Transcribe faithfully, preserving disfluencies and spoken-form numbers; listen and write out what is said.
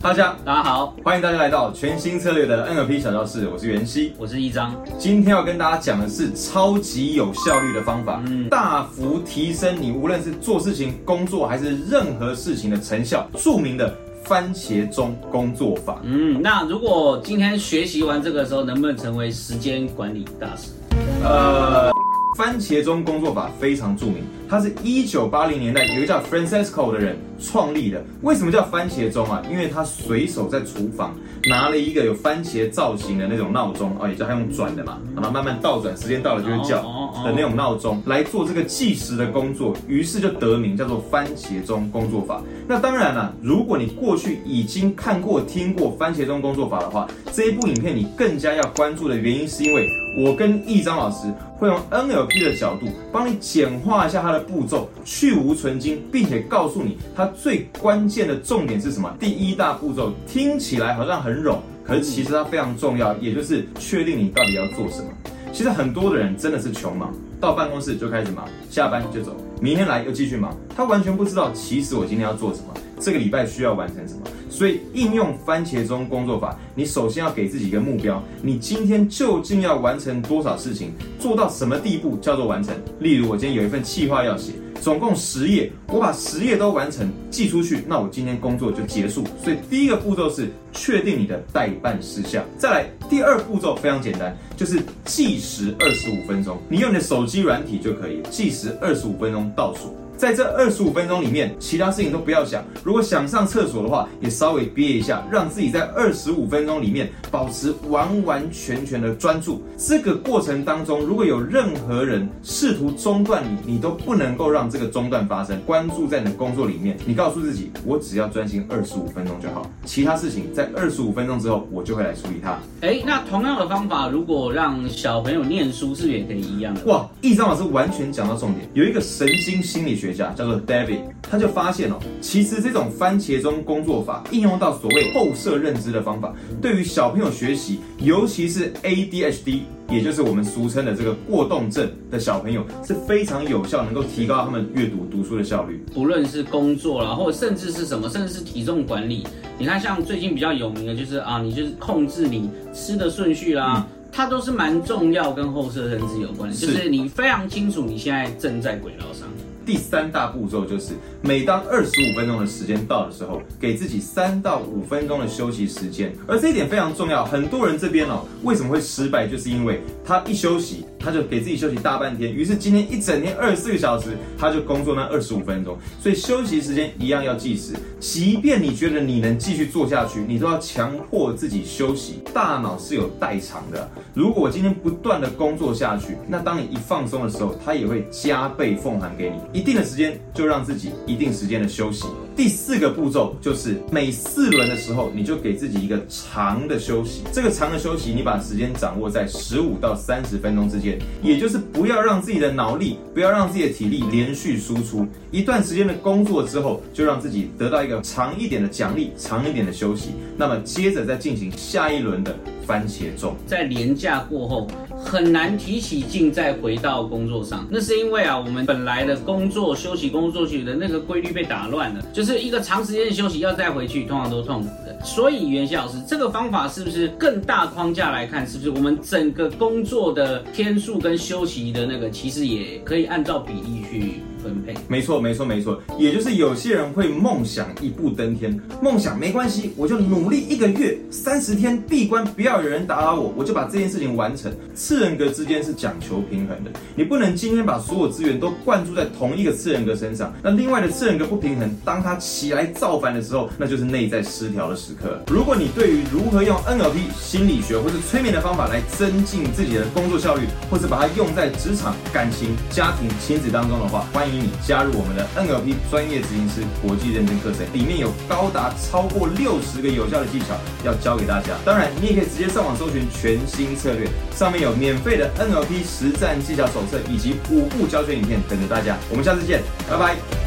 大家大家好， 欢迎大家来到全新策略的 N L P 小教室，我是袁熙， 我是一章。 今天要跟大家讲的是超级有效率的方法，嗯、大幅提升你无论是做事情、工作还是任何事情的成效，著名的番茄钟工作法。 嗯，那如果今天学习完这个时候，能不能成为时间管理大师？ 呃。番茄钟工作法非常著名，它是一九八零年代有一个叫 Francesco 的人创立的。为什么叫番茄钟啊？因为他随手在厨房拿了一个有番茄造型的那种闹钟啊，也叫他用转的嘛，然后慢慢倒转，时间到了就会叫的那种闹钟来做这个计时的工作，于是就得名叫做番茄钟工作法。那当然啦，如果你过去已经看过、听过番茄钟工作法的话，这一部影片你更加要关注的原因是因为我跟易章老师会用 N L P 的角度帮你简化一下它的步骤，去无存精，并且告诉你它最关键的重点是什么。第一大步骤听起来好像很冗，可是其实它非常重要，也就是确定你到底要做什么。其实很多的人真的是穷忙，到办公室就开始忙，下班就走，明天来又继续忙，他完全不知道其实我今天要做什么，这个礼拜需要完成什么。所以应用番茄钟工作法，你首先要给自己一个目标，你今天究竟要完成多少事情，做到什么地步叫做完成。例如我今天有一份企划要写，总共十页，我把十页都完成寄出去，那我今天工作就结束。所以第一个步骤是确定你的待办事项。再来第二步骤非常简单，就是计时二十五分钟，你用你的手机软体就可以计时二十五分钟倒数。在这二十五分钟里面，其他事情都不要想。如果想上厕所的话，也稍微憋一下，让自己在二十五分钟里面保持完完全全的专注。这个过程当中，如果有任何人试图中断你，你都不能够让这个中断发生。关注在你的工作里面，你告诉自己，我只要专心二十五分钟就好，其他事情在二十五分钟之后，我就会来处理它。 哎，那同样的方法，如果让小朋友念书，是不是也可以一样的？ 哇，易章老师完全讲到重点。有一个神经心理学家叫做 David， 他就发现哦，其实这种番茄钟工作法应用到所谓后设认知的方法，对于小朋友学习，尤其是 A D H D， 也就是我们俗称的这个过动症的小朋友，是非常有效，能够提高他们阅读读书的效率。 不论是工作啦，或者甚至是什么，甚至是体重管理，你看像最近比较有名的就是啊，你就是控制你吃的顺序啦。嗯，它都是蛮重要，跟后设认知有关的，就是你非常清楚你现在正在轨道上。 第三大步骤就是，每当二十五分钟的时间到的时候，给自己三到五分钟的休息时间。而这一点非常重要，很多人这边哦为什么会失败，就是因为他一休息，他就给自己休息大半天，于是今天一整天二十四个小时，他就工作那二十五分钟。所以休息时间一样要计时，即便你觉得你能继续做下去，你都要强迫自己休息。大脑是有代偿的，如果我今天不断的工作下去，那当你一放松的时候，它也会加倍奉还给你。一定的时间就让自己一定时间的休息。第四个步骤就是每四轮的时候，你就给自己一个长的休息。这个长的休息，你把时间掌握在十五到三十分钟之间，也就是不要让自己的脑力，不要让自己的体力连续输出。一段时间的工作之后，就让自己得到一个长一点的奖励，长一点的休息。那么接着再进行下一轮的番茄钟。 在连假过后，很难提起劲再回到工作上，那是因为啊，我们本来的工作休息、工作休息的那个规律被打乱了，就是一个长时间的休息要再回去，通常都痛苦的。所以袁熙老师，这个方法是不是更大框架来看，是不是我们整个工作的天数跟休息的那个，其实也可以按照比例去分配？ 没错，没错，没错。也就是有些人会梦想一步登天，梦想没关系，我就努力一个月、三十天闭关，不要有人打扰我，我就把这件事情完成。次人格之间是讲求平衡的，你不能今天把所有资源都灌注在同一个次人格身上，那另外的次人格不平衡，当他起来造反的时候，那就是内在失调的时刻。如果你对于如何用 N L P 心理学或是催眠的方法来增进自己的工作效率，或是把它用在职场、感情、家庭、亲子当中的话，欢迎你加入我们的 N L P 专业执行师国际认证课程，里面有高达超过六十个有效的技巧要教给大家。当然，你也可以直接上网搜寻全新策略，上面有免费的 N L P 实战技巧手册以及五部教学影片等着大家。我们下次见，拜拜。